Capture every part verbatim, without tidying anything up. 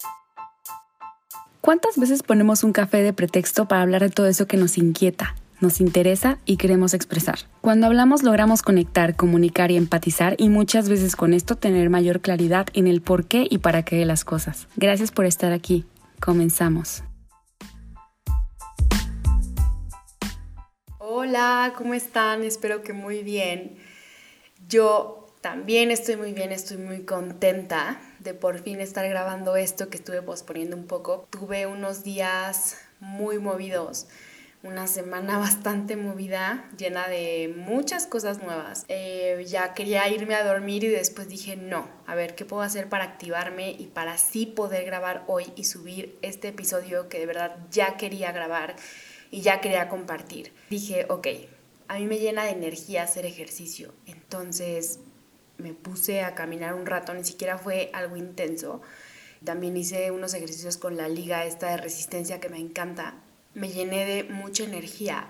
¿Cuántas veces ponemos un café de pretexto para hablar de todo eso que nos inquieta, nos interesa y queremos expresar? Cuando hablamos logramos conectar, comunicar y empatizar, y muchas veces con esto tener mayor claridad en el por qué y para qué de las cosas. Gracias por estar aquí. Comenzamos. Hola, ¿cómo están? Espero que muy bien. Yo también estoy muy bien, estoy muy contenta de por fin estar grabando esto que estuve posponiendo un poco. Tuve unos días muy movidos, una semana bastante movida, llena de muchas cosas nuevas. Eh, ya quería irme a dormir y después dije, no, a ver, ¿qué puedo hacer para activarme y para así poder grabar hoy y subir este episodio que de verdad ya quería grabar y ya quería compartir? Dije, ok, a mí me llena de energía hacer ejercicio, entonces me puse a caminar un rato, ni siquiera fue algo intenso. También hice unos ejercicios con la liga esta de resistencia que me encanta. Me llené de mucha energía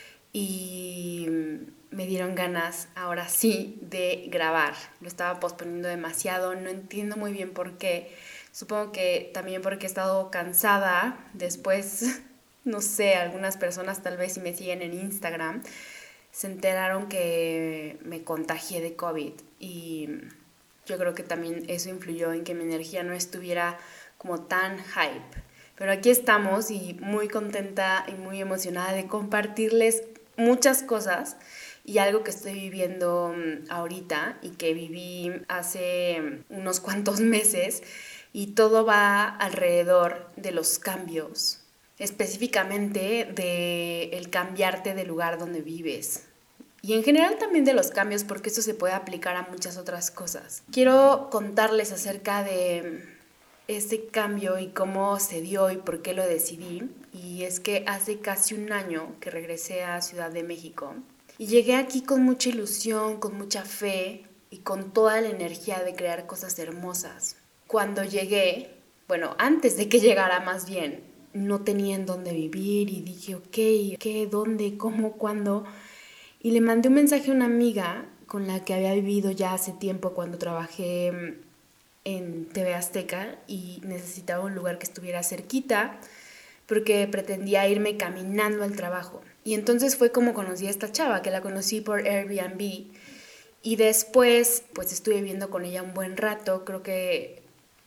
y me dieron ganas, ahora sí, de grabar. Lo estaba posponiendo demasiado, no entiendo muy bien por qué. Supongo que también porque he estado cansada. Después, no sé, algunas personas tal vez si me siguen en Instagram se enteraron que me contagié de COVID y yo creo que también eso influyó en que mi energía no estuviera como tan hype. Pero aquí estamos y muy contenta y muy emocionada de compartirles muchas cosas y algo que estoy viviendo ahorita y que viví hace unos cuantos meses, y todo va alrededor de los cambios, específicamente de el cambiarte de lugar donde vives. Y en general también de los cambios, porque esto se puede aplicar a muchas otras cosas. Quiero contarles acerca de este cambio y cómo se dio y por qué lo decidí. Y es que hace casi un año que regresé a Ciudad de México y llegué aquí con mucha ilusión, con mucha fe y con toda la energía de crear cosas hermosas. Cuando llegué, bueno, antes de que llegara más bien, no tenía en dónde vivir y dije, ok, ¿qué? ¿Dónde? ¿Cómo? ¿Cuándo? Y le mandé un mensaje a una amiga con la que había vivido ya hace tiempo cuando trabajé en T V Azteca y necesitaba un lugar que estuviera cerquita porque pretendía irme caminando al trabajo. Y entonces fue como conocí a esta chava, que la conocí por Airbnb, y después pues estuve viviendo con ella un buen rato, creo que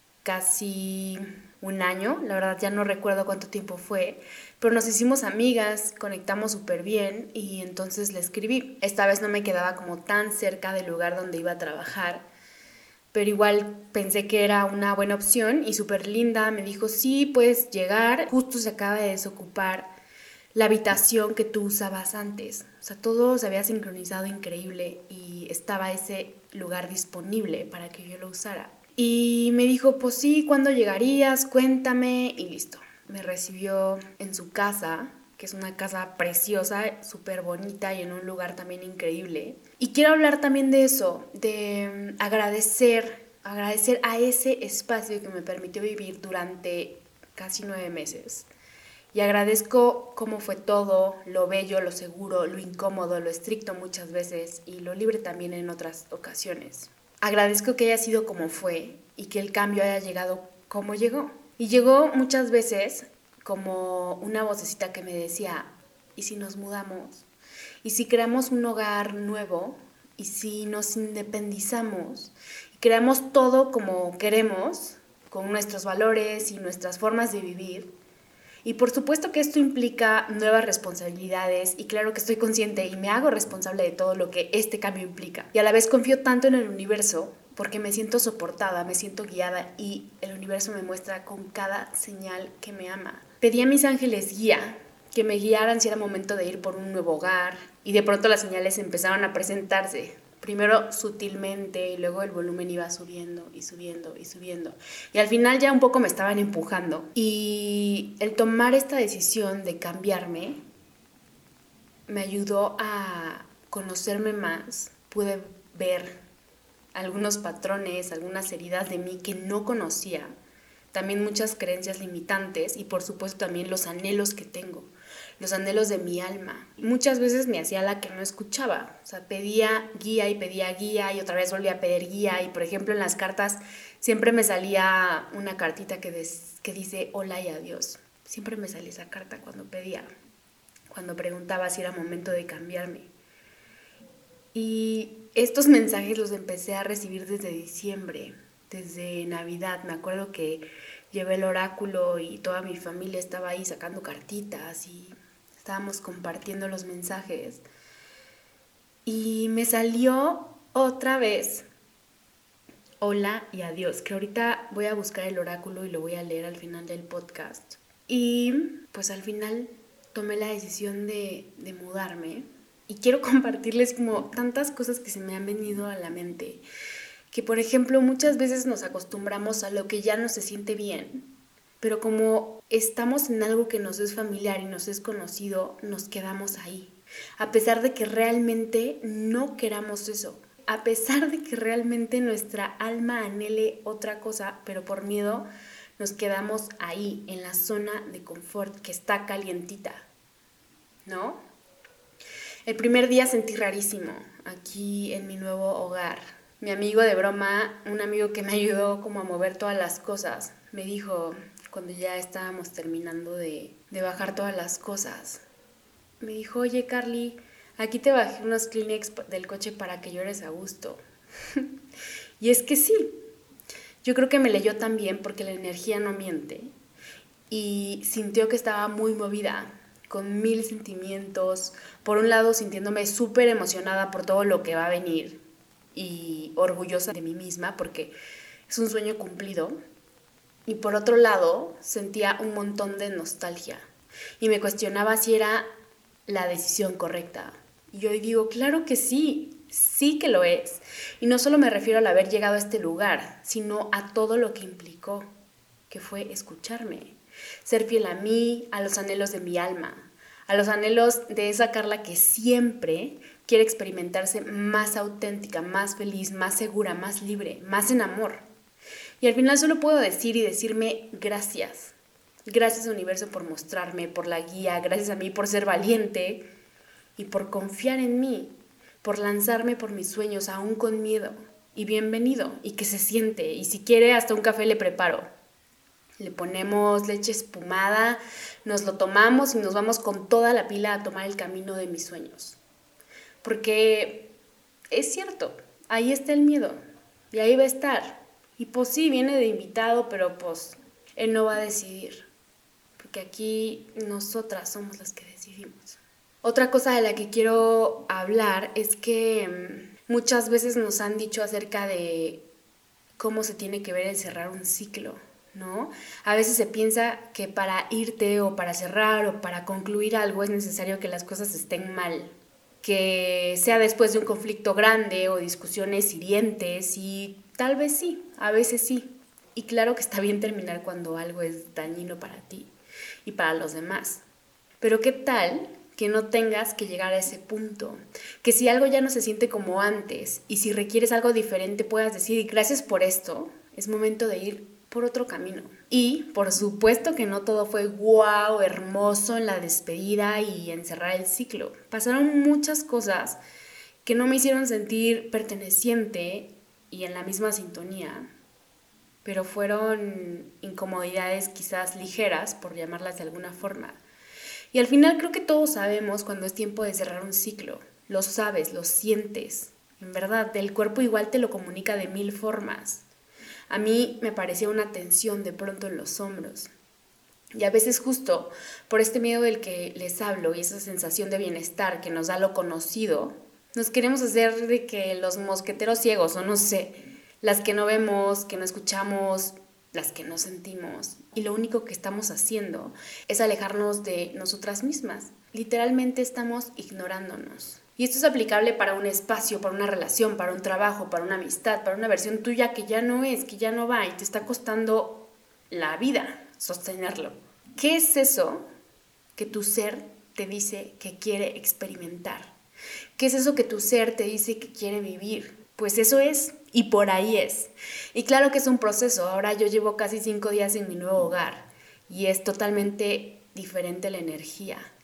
casi un año, la verdad ya no recuerdo cuánto tiempo fue, pero nos hicimos amigas, conectamos súper bien y entonces le escribí. Esta vez no me quedaba como tan cerca del lugar donde iba a trabajar, pero igual pensé que era una buena opción y súper linda. Me dijo, sí, puedes llegar, justo se acaba de desocupar la habitación que tú usabas antes. O sea, todo se había sincronizado increíble y estaba ese lugar disponible para que yo lo usara. Y me dijo, pues sí, ¿cuándo llegarías? Cuéntame. Y listo. Me recibió en su casa, que es una casa preciosa, súper bonita y en un lugar también increíble. Y quiero hablar también de eso, de agradecer, agradecer a ese espacio que me permitió vivir durante casi nueve meses. Y agradezco cómo fue todo, lo bello, lo seguro, lo incómodo, lo estricto muchas veces y lo libre también en otras ocasiones. Agradezco que haya sido como fue y que el cambio haya llegado como llegó. Y llegó muchas veces como una vocecita que me decía, ¿y si nos mudamos? ¿Y si creamos un hogar nuevo? ¿Y si nos independizamos? Y creamos todo como queremos, con nuestros valores y nuestras formas de vivir. Y por supuesto que esto implica nuevas responsabilidades y claro que estoy consciente y me hago responsable de todo lo que este cambio implica. Y a la vez confío tanto en el universo porque me siento soportada, me siento guiada y el universo me muestra con cada señal que me ama. Pedí a mis ángeles guía que me guiaran si era momento de ir por un nuevo hogar y de pronto las señales empezaron a presentarse. Primero sutilmente y luego el volumen iba subiendo y subiendo y subiendo. Y al final ya un poco me estaban empujando. Y el tomar esta decisión de cambiarme me ayudó a conocerme más. Pude ver algunos patrones, algunas heridas de mí que no conocía. También muchas creencias limitantes y por supuesto también los anhelos que tengo. los anhelos de mi alma. Muchas veces me hacía la que no escuchaba, o sea, pedía guía y pedía guía y otra vez volvía a pedir guía y por ejemplo en las cartas siempre me salía una cartita que, des, que dice hola y adiós. Siempre me salía esa carta cuando pedía, cuando preguntaba si era momento de cambiarme. Y estos mensajes los empecé a recibir desde diciembre, desde Navidad. Me acuerdo que llevé el oráculo y toda mi familia estaba ahí sacando cartitas y estábamos compartiendo los mensajes. Y me salió otra vez hola y adiós, que ahorita voy a buscar el oráculo y lo voy a leer al final del podcast. Y pues al final tomé la decisión de, de mudarme. Y quiero compartirles como tantas cosas que se me han venido a la mente. Que por ejemplo muchas veces nos acostumbramos a lo que ya no se siente bien. Pero como estamos en algo que nos es familiar y nos es conocido, nos quedamos ahí. A pesar de que realmente no queramos eso. A pesar de que realmente nuestra alma anhele otra cosa, pero por miedo nos quedamos ahí, en la zona de confort que está calientita. ¿No? El primer día sentí rarísimo aquí en mi nuevo hogar. Mi amigo de broma, un amigo que me ayudó como a mover todas las cosas, me dijo cuando ya estábamos terminando de, de bajar todas las cosas, me dijo, oye Carly, aquí te bajé unos Kleenex del coche para que llores a gusto. Y es que sí, yo creo que me leyó también porque la energía no miente y sintió que estaba muy movida, con mil sentimientos, por un lado sintiéndome súper emocionada por todo lo que va a venir y orgullosa de mí misma porque es un sueño cumplido, y por otro lado sentía un montón de nostalgia y me cuestionaba si era la decisión correcta. Y hoy digo, claro que sí, sí que lo es, y no solo me refiero al haber llegado a este lugar, sino a todo lo que implicó, que fue escucharme. Ser fiel a mí, a los anhelos de mi alma, a los anhelos de esa Carla que siempre quiere experimentarse más auténtica, más feliz, más segura, más libre, más en amor. Y al final solo puedo decir y decirme gracias. Gracias universo por mostrarme, por la guía, gracias a mí por ser valiente y por confiar en mí, por lanzarme por mis sueños aún con miedo. Y bienvenido, y que se siente, y si quiere hasta un café le preparo. Le ponemos leche espumada, nos lo tomamos y nos vamos con toda la pila a tomar el camino de mis sueños. Porque es cierto, ahí está el miedo y ahí va a estar. Y pues sí, viene de invitado, pero pues él no va a decidir. Porque aquí nosotras somos las que decidimos. Otra cosa de la que quiero hablar es que muchas veces nos han dicho acerca de cómo se tiene que ver el cerrar un ciclo, ¿no? A veces se piensa que para irte o para cerrar o para concluir algo es necesario que las cosas estén mal, que sea después de un conflicto grande o discusiones hirientes, y tal vez sí, a veces sí. Y claro que está bien terminar cuando algo es dañino para ti y para los demás. Pero ¿qué tal que no tengas que llegar a ese punto? Que si algo ya no se siente como antes y si requieres algo diferente puedas decir, gracias por esto, es momento de ir por otro camino. Y por supuesto que no todo fue guau, hermoso en la despedida y en cerrar el ciclo. Pasaron muchas cosas que no me hicieron sentir perteneciente y en la misma sintonía, pero fueron incomodidades quizás ligeras, por llamarlas de alguna forma. Y al final creo que todos sabemos cuando es tiempo de cerrar un ciclo. Lo sabes, lo sientes. En verdad, el cuerpo igual te lo comunica de mil formas. A mí me parecía una tensión de pronto en los hombros. Y a veces justo por este miedo del que les hablo y esa sensación de bienestar que nos da lo conocido, nos queremos hacer de que los mosqueteros ciegos, o no sé, las que no vemos, que no escuchamos, las que no sentimos. Y lo único que estamos haciendo es alejarnos de nosotras mismas. Literalmente estamos ignorándonos. Y esto es aplicable para un espacio, para una relación, para un trabajo, para una amistad, para una versión tuya que ya no es, que ya no va y te está costando la vida sostenerlo. ¿Qué es eso que tu ser te dice que quiere experimentar? ¿Qué es eso que tu ser te dice que quiere vivir? Pues eso es, y por ahí es. Y claro que es un proceso. Ahora yo llevo casi cinco días en mi nuevo hogar y es totalmente diferente la energía.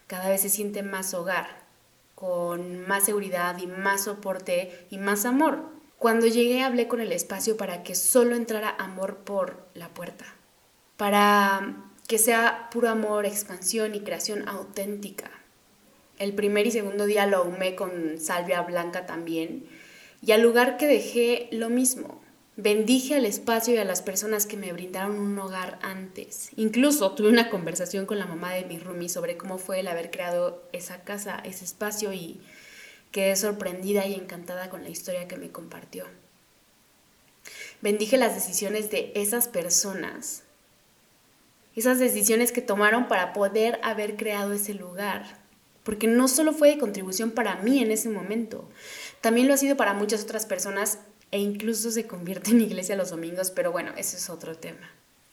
cada vez se siente más hogar, con más seguridad y más soporte y más amor. Cuando llegué hablé con el espacio para que solo entrara amor por la puerta, para que sea puro amor, expansión y creación auténtica. El primer y segundo día lo ahumé con salvia blanca también, y al lugar que dejé lo mismo. Bendije al espacio y a las personas que me brindaron un hogar antes. Incluso tuve una conversación con la mamá de mi roomie sobre cómo fue el haber creado esa casa, ese espacio, y quedé sorprendida y encantada con la historia que me compartió. Bendije las decisiones de esas personas, esas decisiones que tomaron para poder haber creado ese lugar, porque no solo fue de contribución para mí en ese momento, también lo ha sido para muchas otras personas, e incluso se convierte en iglesia los domingos, pero bueno, ese es otro tema.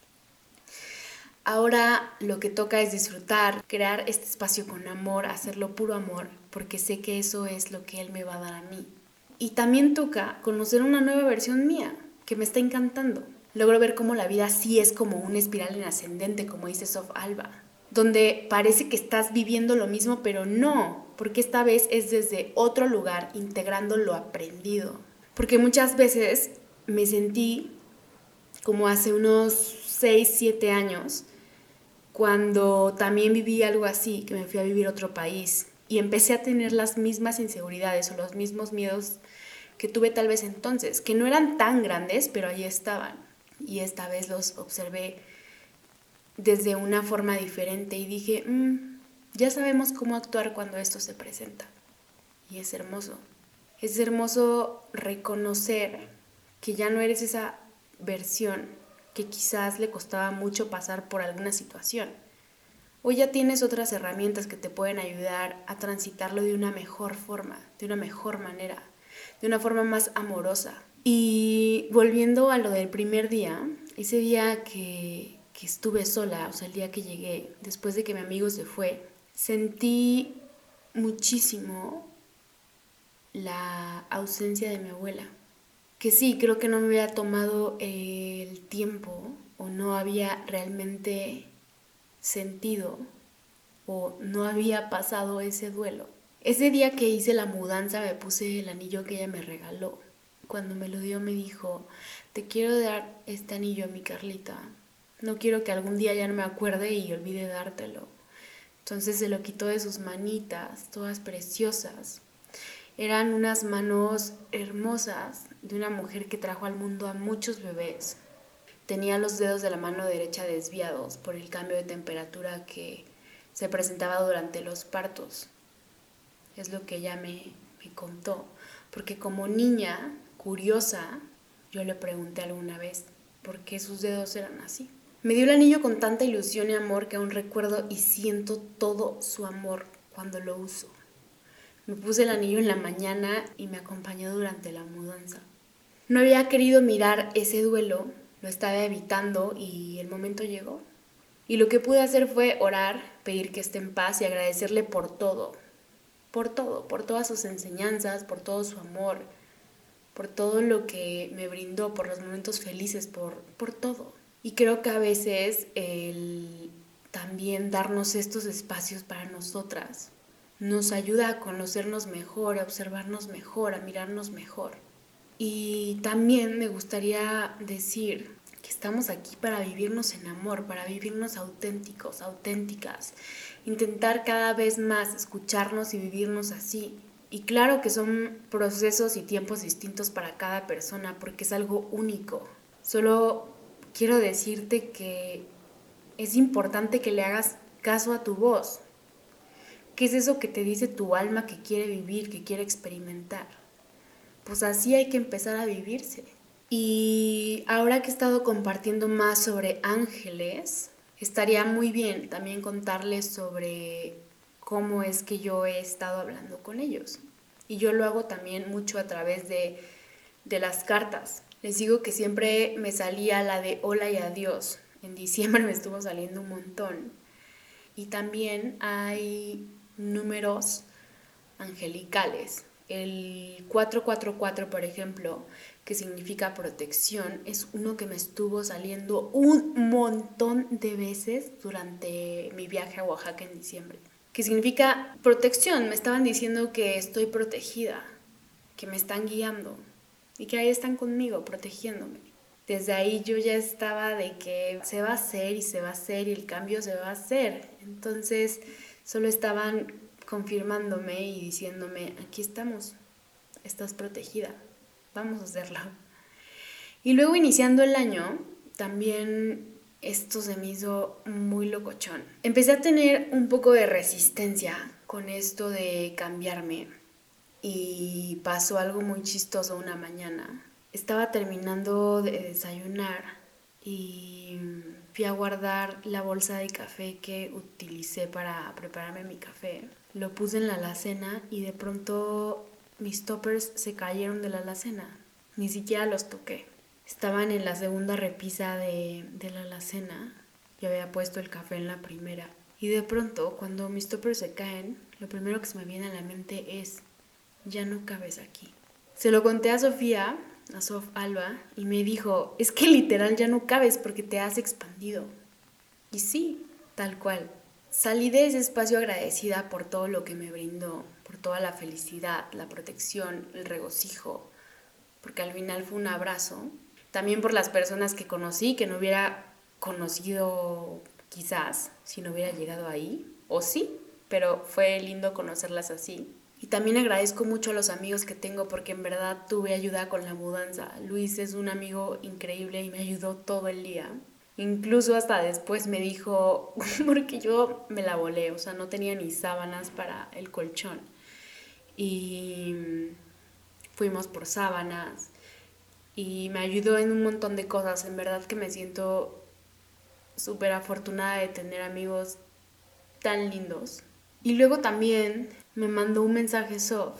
Ahora lo que toca es disfrutar, crear este espacio con amor, hacerlo puro amor, porque sé que eso es lo que Él me va a dar a mí. Y también toca conocer una nueva versión mía, que me está encantando. Logro ver cómo la vida sí es como una espiral en ascendente, como dice Sof Alba, donde parece que estás viviendo lo mismo, pero no, porque esta vez es desde otro lugar, integrando lo aprendido. Porque muchas veces me sentí como hace unos seis, siete años, cuando también viví algo así, que me fui a vivir a otro país y empecé a tener las mismas inseguridades o los mismos miedos que tuve tal vez entonces, que no eran tan grandes, pero ahí estaban. Y esta vez los observé desde una forma diferente y dije, mmm, ya sabemos cómo actuar cuando esto se presenta. Y es hermoso. Es hermoso reconocer que ya no eres esa versión que quizás le costaba mucho pasar por alguna situación. Hoy ya tienes otras herramientas que te pueden ayudar a transitarlo de una mejor forma, de una mejor manera, de una forma más amorosa. Y volviendo a lo del primer día, ese día que, que estuve sola, o sea, el día que llegué, después de que mi amigo se fue, sentí muchísimo la ausencia de mi abuela. Que sí, creo que no me había tomado el tiempo o no había realmente sentido o no había pasado ese duelo. Ese día que hice la mudanza me puse el anillo que ella me regaló. Cuando me lo dio me dijo, te quiero dar este anillo, mi Carlita. No quiero que algún día ya no me acuerde y olvide dártelo. Entonces se lo quitó de sus manitas, todas preciosas. Eran unas manos hermosas de una mujer que trajo al mundo a muchos bebés. Tenía los dedos de la mano derecha desviados por el cambio de temperatura que se presentaba durante los partos. Es lo que ella me, me contó. Porque como niña curiosa, yo le pregunté alguna vez por qué sus dedos eran así. Me dio el anillo con tanta ilusión y amor que aún recuerdo y siento todo su amor cuando lo uso. Me puse el anillo en la mañana y me acompañó durante la mudanza. No había querido mirar ese duelo, lo estaba evitando y el momento llegó. Y lo que pude hacer fue orar, pedir que esté en paz y agradecerle por todo. Por todo, por todas sus enseñanzas, por todo su amor, por todo lo que me brindó, por los momentos felices, por, por todo. Y creo que a veces el también darnos estos espacios para nosotras nos ayuda a conocernos mejor, a observarnos mejor, a mirarnos mejor. Y también me gustaría decir que estamos aquí para vivirnos en amor, para vivirnos auténticos, auténticas, intentar cada vez más escucharnos y vivirnos así. Y claro que son procesos y tiempos distintos para cada persona porque es algo único. Solo quiero decirte que es importante que le hagas caso a tu voz. ¿Qué es eso que te dice tu alma que quiere vivir, que quiere experimentar? Pues así hay que empezar a vivirse. Y ahora que he estado compartiendo más sobre ángeles, estaría muy bien también contarles sobre cómo es que yo he estado hablando con ellos. Y yo lo hago también mucho a través de, de las cartas. Les digo que siempre me salía la de hola y adiós. En diciembre me estuvo saliendo un montón. Y también hay números angelicales. El cuatro cuatro cuatro, por ejemplo, que significa protección, es uno que me estuvo saliendo un montón de veces durante mi viaje a Oaxaca en diciembre. que significa protección. Me estaban diciendo que estoy protegida, que me están guiando y que ahí están conmigo, protegiéndome. Desde ahí yo ya estaba de que se va a hacer y se va a hacer y el cambio se va a hacer. Entonces solo estaban confirmándome y diciéndome, aquí estamos, estás protegida, vamos a hacerlo. Y luego iniciando el año, también esto se me hizo muy locochón. Empecé a tener un poco de resistencia con esto de cambiarme y pasó algo muy chistoso una mañana. Estaba terminando de desayunar y fui a guardar la bolsa de café que utilicé para prepararme mi café. Lo puse en la alacena y de pronto mis toppers se cayeron de la alacena. Ni siquiera los toqué. Estaban en la segunda repisa de, de la alacena. Yo había puesto el café en la primera. Y de pronto, cuando mis toppers se caen, lo primero que se me viene a la mente es, ya no cabes aquí. Se lo conté a Sofía, a Sof Alba, y me dijo, es que literal ya no cabes porque te has expandido. Y sí, tal cual. Salí de ese espacio agradecida por todo lo que me brindó, por toda la felicidad, la protección, el regocijo, porque al final fue un abrazo. También por las personas que conocí, que no hubiera conocido quizás si no hubiera llegado ahí, o sí, pero fue lindo conocerlas así. Y también agradezco mucho a los amigos que tengo porque en verdad tuve ayuda con la mudanza. Luis es un amigo increíble y me ayudó todo el día. Incluso hasta después me dijo, porque yo me la volé, o sea, no tenía ni sábanas para el colchón. Y fuimos por sábanas y me ayudó en un montón de cosas. En verdad que me siento súper afortunada de tener amigos tan lindos. Y luego también me mandó un mensaje Sof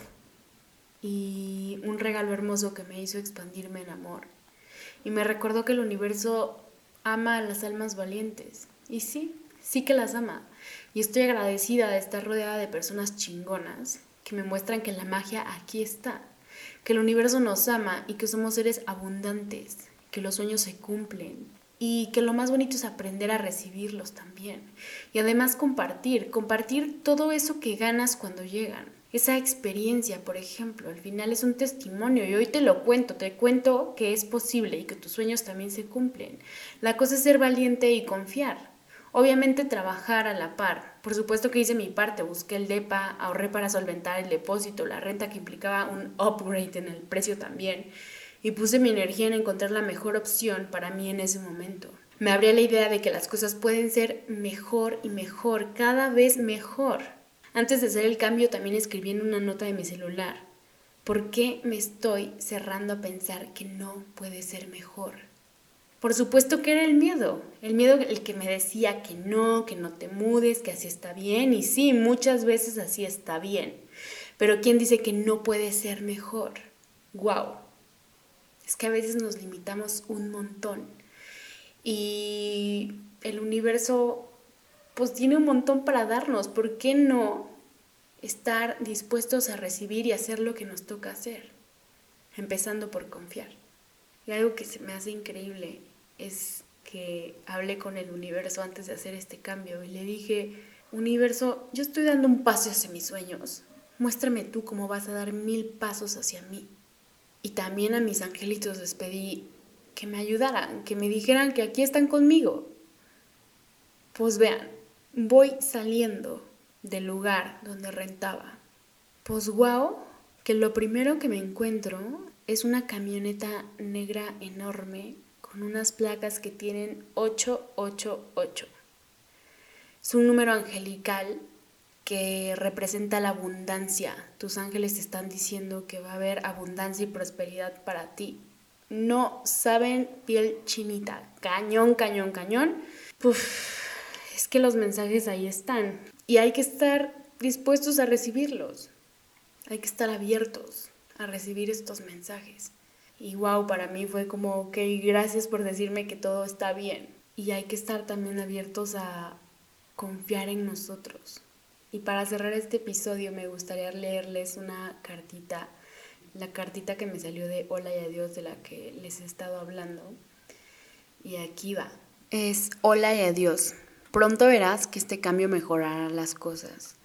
y un regalo hermoso que me hizo expandirme en amor. Y me recordó que el universo ama a las almas valientes. Y sí, sí que las ama. Y estoy agradecida de estar rodeada de personas chingonas que me muestran que la magia aquí está. Que el universo nos ama y que somos seres abundantes. Que los sueños se cumplen. Y que lo más bonito es aprender a recibirlos también. Y además compartir, compartir todo eso que ganas cuando llegan. Esa experiencia, por ejemplo, al final es un testimonio y hoy te lo cuento, te cuento que es posible y que tus sueños también se cumplen. La cosa es ser valiente y confiar. Obviamente trabajar a la par. Por supuesto que hice mi parte, busqué el depa, ahorré para solventar el depósito, la renta que implicaba un upgrade en el precio también. Y puse mi energía en encontrar la mejor opción para mí en ese momento. Me abrí a la idea de que las cosas pueden ser mejor y mejor, cada vez mejor. Antes de hacer el cambio también escribí en una nota de mi celular, ¿por qué me estoy cerrando a pensar que no puede ser mejor? Por supuesto que era el miedo, el miedo el que me decía que no, que no te mudes, que así está bien, y sí, muchas veces así está bien, pero ¿quién dice que no puede ser mejor? ¡Wow! Es que a veces nos limitamos un montón y el universo pues tiene un montón para darnos. ¿Por qué no estar dispuestos a recibir y hacer lo que nos toca hacer? Empezando por confiar. Y algo que se me hace increíble es que hablé con el universo antes de hacer este cambio y le dije, universo, yo estoy dando un paso hacia mis sueños. Muéstrame tú cómo vas a dar mil pasos hacia mí. Y también a mis angelitos les pedí que me ayudaran, que me dijeran que aquí están conmigo. Pues vean, voy saliendo del lugar donde rentaba. Pues guau, que lo primero que me encuentro es una camioneta negra enorme con unas placas que tienen ocho ocho ocho. Es un número angelical que representa la abundancia. Tus ángeles te están diciendo que va a haber abundancia y prosperidad para ti. No saben, piel chinita, cañón, cañón, cañón. Uf. Es que los mensajes ahí están y hay que estar dispuestos a recibirlos. Hay que estar abiertos a recibir estos mensajes. Y wow, para mí fue como, ok, gracias por decirme que todo está bien. Y hay que estar también abiertos a confiar en nosotros. Y para cerrar este episodio me gustaría leerles una cartita, la cartita que me salió de Hola y Adiós, de la que les he estado hablando. Y aquí va. Es Hola y Adiós. Pronto verás que este cambio mejorará las cosas.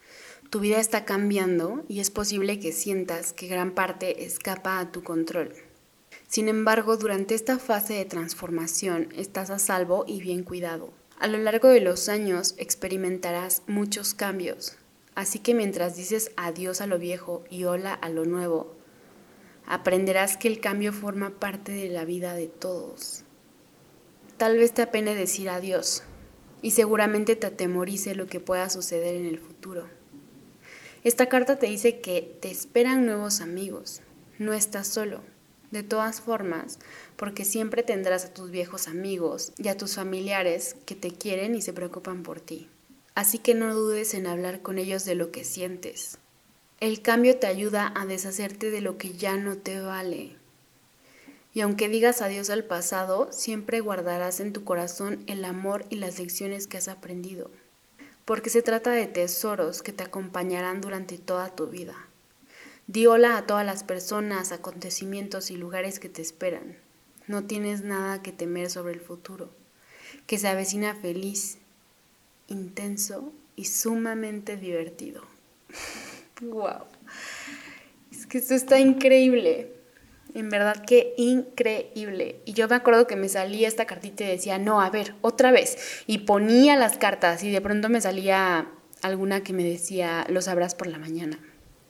Tu vida está cambiando y es posible que sientas que gran parte escapa a tu control. Sin embargo, durante esta fase de transformación estás a salvo y bien cuidado. A lo largo de los años experimentarás muchos cambios, así que mientras dices adiós a lo viejo y hola a lo nuevo, aprenderás que el cambio forma parte de la vida de todos. Tal vez te apene decir adiós y seguramente te atemorice lo que pueda suceder en el futuro. Esta carta te dice que te esperan nuevos amigos, no estás solo. De todas formas, porque siempre tendrás a tus viejos amigos y a tus familiares que te quieren y se preocupan por ti. Así que no dudes en hablar con ellos de lo que sientes. El cambio te ayuda a deshacerte de lo que ya no te vale. Y aunque digas adiós al pasado, siempre guardarás en tu corazón el amor y las lecciones que has aprendido. Porque se trata de tesoros que te acompañarán durante toda tu vida. Di hola a todas las personas, acontecimientos y lugares que te esperan. No tienes nada que temer sobre el futuro, que se avecina feliz, intenso y sumamente divertido. ¡Wow! Es que esto está increíble. En verdad que increíble. Y yo me acuerdo que me salía esta cartita y decía, no, a ver, otra vez. Y ponía las cartas y de pronto me salía alguna que me decía, lo sabrás por la mañana.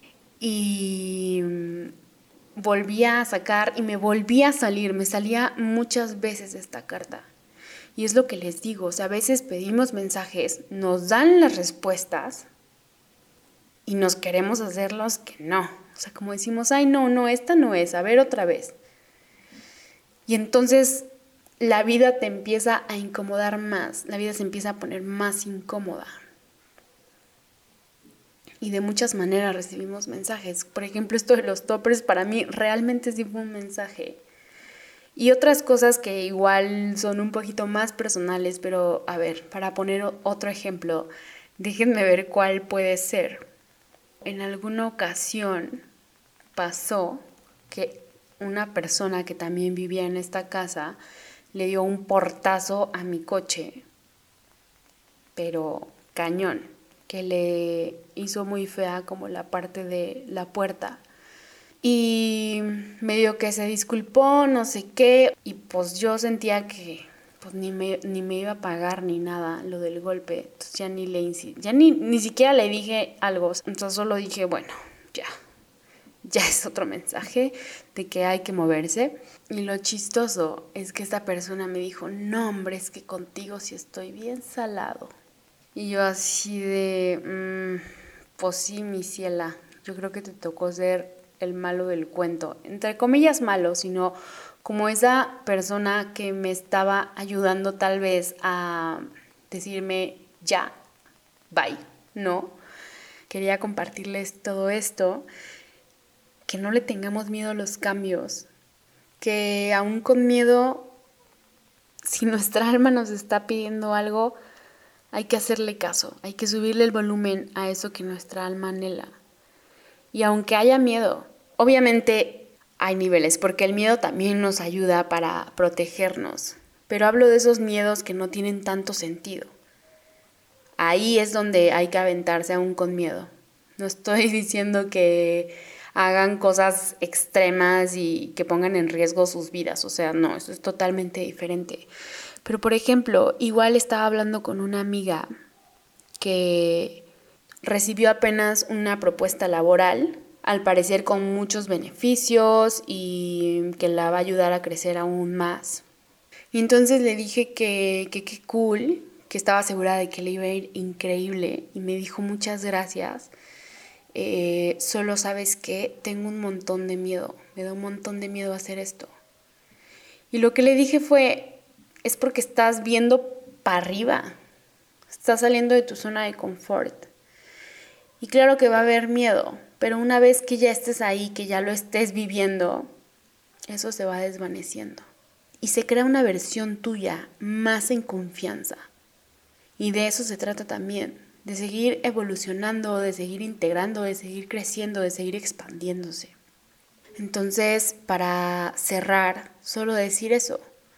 Y volvía a sacar y me volvía a salir, me salía muchas veces esta carta. Y es lo que les digo, o sea, a veces pedimos mensajes, nos dan las respuestas y nos queremos hacerlos que no. O sea, como decimos, ay, no, no, esta no es, a ver otra vez. Y entonces la vida te empieza a incomodar más, la vida se empieza a poner más incómoda. Y de muchas maneras recibimos mensajes. Por ejemplo, esto de los toppers para mí realmente sí fue un mensaje. Y otras cosas que igual son un poquito más personales, pero a ver, para poner otro ejemplo, déjenme ver cuál puede ser. En alguna ocasión pasó que una persona que también vivía en esta casa le dio un portazo a mi coche, pero cañón, que le hizo muy fea como la parte de la puerta. Y medio que se disculpó, no sé qué, y pues yo sentía que pues ni me, ni me iba a pagar ni nada lo del golpe. Entonces ya ni le ya ni, ni siquiera le dije algo. Entonces solo dije, bueno, ya, ya es otro mensaje de que hay que moverse. Y lo chistoso es que esta persona me dijo, no hombre, es que contigo sí estoy bien salado. Y yo así de, mmm, pues sí, mi ciela, yo creo que te tocó ser el malo del cuento. Entre comillas malo, sino como esa persona que me estaba ayudando tal vez a decirme ya, bye, ¿no? Quería compartirles todo esto, que no le tengamos miedo a los cambios, que aún con miedo, si nuestra alma nos está pidiendo algo, hay que hacerle caso, hay que subirle el volumen a eso que nuestra alma anhela. Y aunque haya miedo, obviamente hay niveles, porque el miedo también nos ayuda para protegernos. Pero hablo de esos miedos que no tienen tanto sentido. Ahí es donde hay que aventarse aún con miedo. No estoy diciendo que hagan cosas extremas y que pongan en riesgo sus vidas. O sea, no, eso es totalmente diferente. Pero, por ejemplo, igual estaba hablando con una amiga que recibió apenas una propuesta laboral, al parecer con muchos beneficios y que la va a ayudar a crecer aún más. Y entonces le dije que qué que cool, que estaba segura de que le iba a ir increíble y me dijo muchas gracias. Eh, solo sabes que tengo un montón de miedo, me da un montón de miedo hacer esto. Y lo que le dije fue, es porque estás viendo para arriba, estás saliendo de tu zona de confort. Y claro que va a haber miedo, pero una vez que ya estés ahí, que ya lo estés viviendo, eso se va desvaneciendo. Y se crea una versión tuya más en confianza. Y de eso se trata también, de seguir evolucionando, de seguir integrando, de seguir creciendo, de seguir expandiéndose. Entonces, para cerrar, solo decir eso.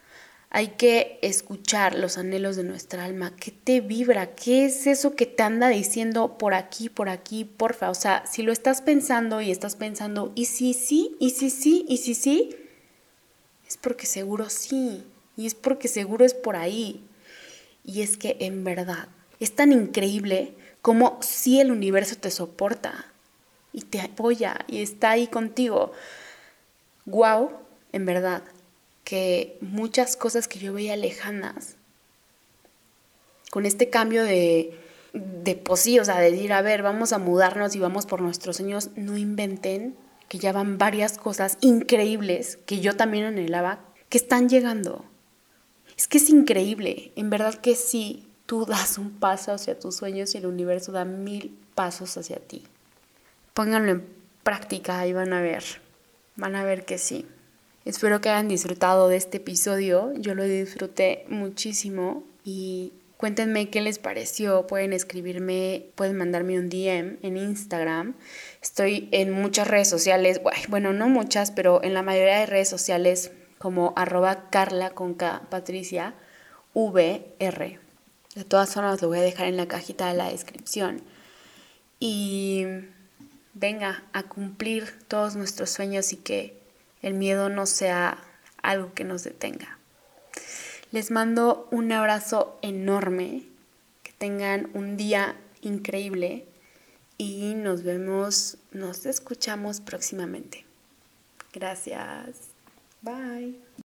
Hay que escuchar los anhelos de nuestra alma. ¿Qué te vibra? ¿Qué es eso que te anda diciendo por aquí, por aquí, porfa? O sea, si lo estás pensando y estás pensando, ¿y si sí? ¿Y si sí? ¿Y si sí? Es porque seguro sí. Y es porque seguro es por ahí. Y es que en verdad es tan increíble como si el universo te soporta y te apoya y está ahí contigo. Guau, en verdad, que muchas cosas que yo veía lejanas, con este cambio de, de pues sí, o sea, de decir, a ver, vamos a mudarnos y vamos por nuestros sueños, no inventen que ya van varias cosas increíbles que yo también anhelaba, que están llegando. Es que es increíble, en verdad que sí, tú das un paso hacia tus sueños y el universo da mil pasos hacia ti. Pónganlo en práctica y van a ver, van a ver que sí. Espero que hayan disfrutado de este episodio, yo lo disfruté muchísimo y cuéntenme qué les pareció, pueden escribirme, pueden mandarme un D M en Instagram. Estoy en muchas redes sociales, bueno, no muchas, pero en la mayoría de redes sociales como arroba Carla con K, Patricia, V R. De todas formas lo voy a dejar en la cajita de la descripción. Y venga a cumplir todos nuestros sueños y que el miedo no sea algo que nos detenga. Les mando un abrazo enorme, que tengan un día increíble y nos vemos, nos escuchamos próximamente. Gracias. Bye.